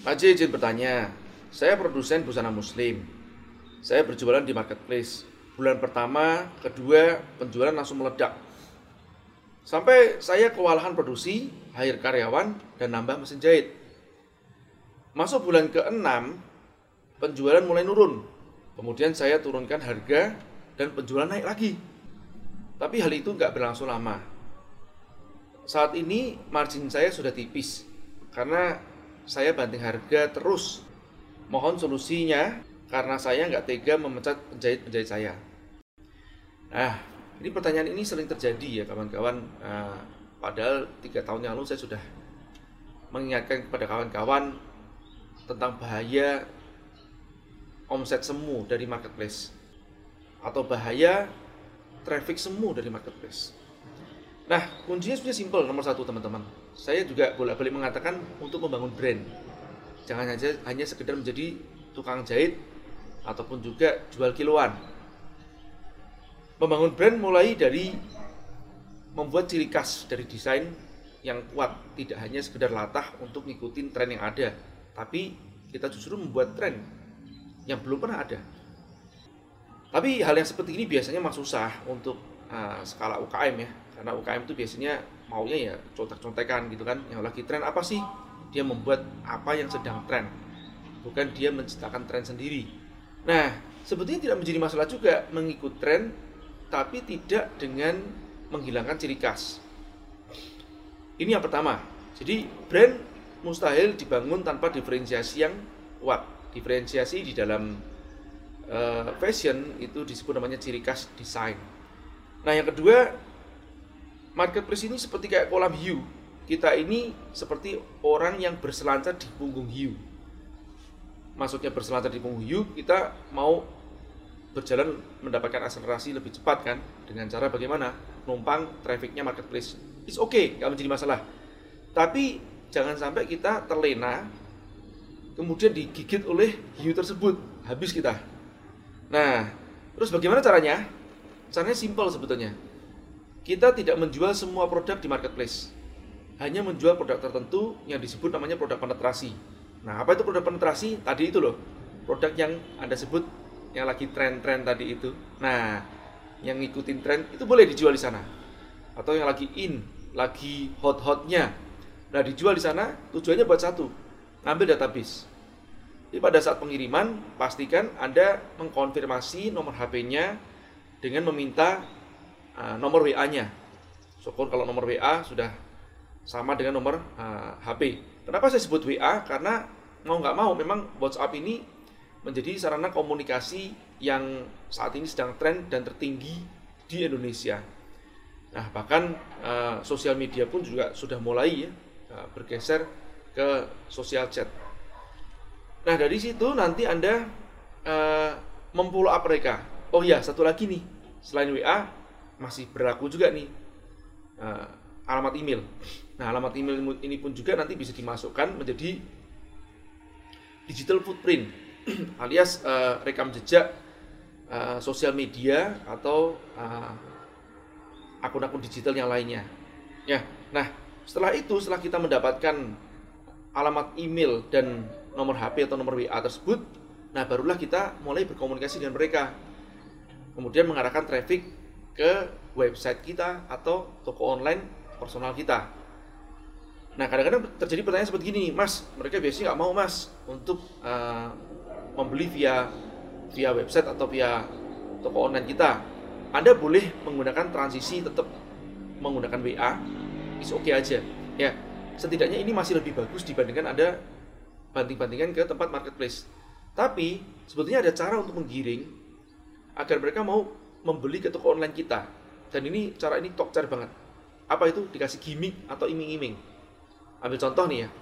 Aji izin bertanya, saya produsen busana muslim. Saya berjualan di marketplace. Bulan pertama, kedua, penjualan langsung meledak. Sampai saya kewalahan produksi, hire karyawan, dan nambah mesin jahit. Masuk bulan ke-6, penjualan mulai nurun. Kemudian saya turunkan harga dan penjualan naik lagi. Tapi hal itu nggak berlangsung lama. Saat ini margin saya sudah tipis karena saya banting harga terus. Mohon solusinya karena saya nggak tega memecat penjahit-penjahit saya. Nah, ini pertanyaan ini sering terjadi ya kawan-kawan. Padahal 3 tahun yang lalu saya sudah mengingatkan kepada kawan-kawan tentang bahaya omset semu dari marketplace atau bahaya traffic semu dari marketplace. Nah, kuncinya sebenarnya simpel, nomor satu teman-teman. Saya juga bolak-balik mengatakan untuk membangun brand. Jangan hanya sekedar menjadi tukang jahit ataupun juga jual kiloan. Membangun brand mulai dari membuat ciri khas dari desain yang kuat, tidak hanya sekedar latah untuk ngikutin tren yang ada, tapi kita justru membuat tren yang belum pernah ada. Tapi hal yang seperti ini biasanya memang susah untuk skala UKM ya, karena UKM itu biasanya maunya ya contek-contekan gitu kan, yang lagi tren apa sih, dia membuat apa yang sedang tren, bukan dia menciptakan tren sendiri. Nah, sebetulnya tidak menjadi masalah juga mengikut tren, tapi tidak dengan menghilangkan ciri khas. Ini yang pertama. Jadi brand mustahil dibangun tanpa diferensiasi yang kuat. Diferensiasi di dalam fashion itu disebut namanya ciri khas desain. Nah, yang kedua, marketplace ini seperti kayak kolam hiu. Kita ini seperti orang yang berselancar di punggung hiu. Maksudnya berselancar di punggung hiu, kita mau berjalan mendapatkan akselerasi lebih cepat kan, dengan cara bagaimana? Numpang trafficnya marketplace. It's okay, nggak menjadi masalah. Tapi jangan sampai kita terlena kemudian digigit oleh hiu tersebut, habis kita. Nah, terus bagaimana caranya? Caranya simple sebetulnya. Kita tidak menjual semua produk di marketplace, hanya menjual produk tertentu yang disebut namanya produk penetrasi. Nah, apa itu produk penetrasi? Tadi itu loh, produk yang Anda sebut yang lagi tren-tren tadi itu. Nah, yang ngikutin tren itu boleh dijual di sana. Atau yang lagi in, lagi hot-hotnya. Nah, dijual di sana tujuannya buat satu, ngambil database. Jadi pada saat pengiriman, pastikan Anda mengkonfirmasi nomor HP-nya dengan meminta nomor WA-nya. Syukur kalau nomor WA sudah sama dengan nomor HP. Kenapa saya sebut WA? Karena mau nggak mau memang WhatsApp ini menjadi sarana komunikasi yang saat ini sedang tren dan tertinggi di Indonesia. Nah, bahkan sosial media pun juga sudah mulai ya, bergeser ke social chat. Nah, dari situ nanti Anda memfollow up mereka. Oh ya, satu lagi nih, selain WA masih berlaku juga nih alamat email. Nah, alamat email ini pun juga nanti bisa dimasukkan menjadi digital footprint alias rekam jejak sosial media atau akun-akun digital yang lainnya. Ya, nah setelah itu, setelah kita mendapatkan alamat email dan nomor HP atau nomor WA tersebut, nah barulah kita mulai berkomunikasi dengan mereka. Kemudian mengarahkan traffic ke website kita atau toko online personal kita. Nah, kadang-kadang terjadi pertanyaan seperti gini, Mas, mereka biasanya nggak mau Mas untuk membeli via website atau via toko online kita. Anda boleh menggunakan transisi tetap menggunakan WA, is okay aja. Ya, setidaknya ini masih lebih bagus dibandingkan Anda banting-bantingan ke tempat marketplace. Tapi sebetulnya ada cara untuk menggiring agar mereka mau membeli ke toko online kita. Dan ini cara ini tokcer banget. Apa itu? Dikasih gimmick atau iming-iming. Ambil contoh nih ya.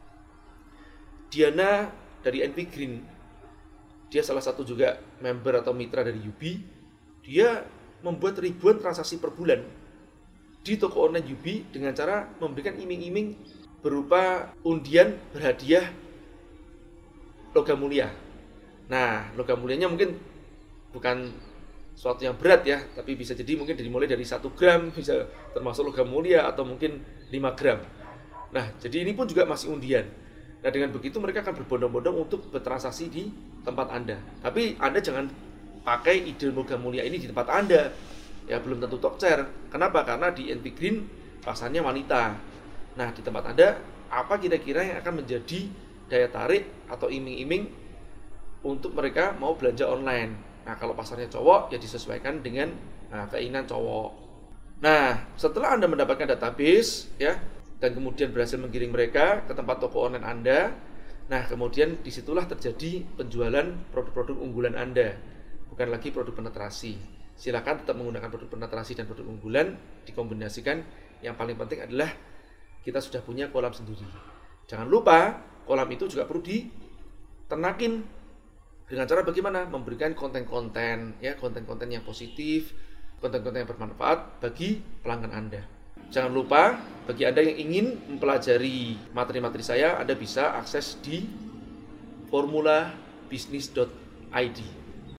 Diana dari NP Green, dia salah satu juga member atau mitra dari Yubi. Dia membuat ribuan transaksi per bulan di toko online Yubi dengan cara memberikan iming-iming berupa undian berhadiah logam mulia. Nah, logam mulianya mungkin bukan suatu yang berat ya, tapi bisa jadi mungkin dimulai dari 1 gram, bisa termasuk logam mulia, atau mungkin 5 gram. Nah, jadi ini pun juga masih undian. Nah, dengan begitu mereka akan berbondong-bondong untuk bertransaksi di tempat Anda. Tapi Anda jangan pakai ide Logam Mulia ini di tempat Anda. Ya, belum tentu tokcer. Kenapa? Karena di NP Green pasarnya wanita. Nah, di tempat Anda, apa kira-kira yang akan menjadi daya tarik atau iming-iming untuk mereka mau belanja online? Nah, kalau pasarnya cowok, ya disesuaikan dengan keinginan cowok. Nah, setelah Anda mendapatkan database, ya, dan kemudian berhasil menggiring mereka ke tempat toko online Anda, nah kemudian disitulah terjadi penjualan produk-produk unggulan Anda, bukan lagi produk penetrasi. Silakan tetap menggunakan produk penetrasi dan produk unggulan, dikombinasikan. Yang paling penting adalah kita sudah punya kolam sendiri. Jangan lupa, kolam itu juga perlu ditenakin. Dengan cara bagaimana? Memberikan konten-konten, ya, konten-konten yang positif, konten-konten yang bermanfaat bagi pelanggan Anda. Jangan lupa, bagi Anda yang ingin mempelajari materi-materi saya, Anda bisa akses di formulabisnis.id.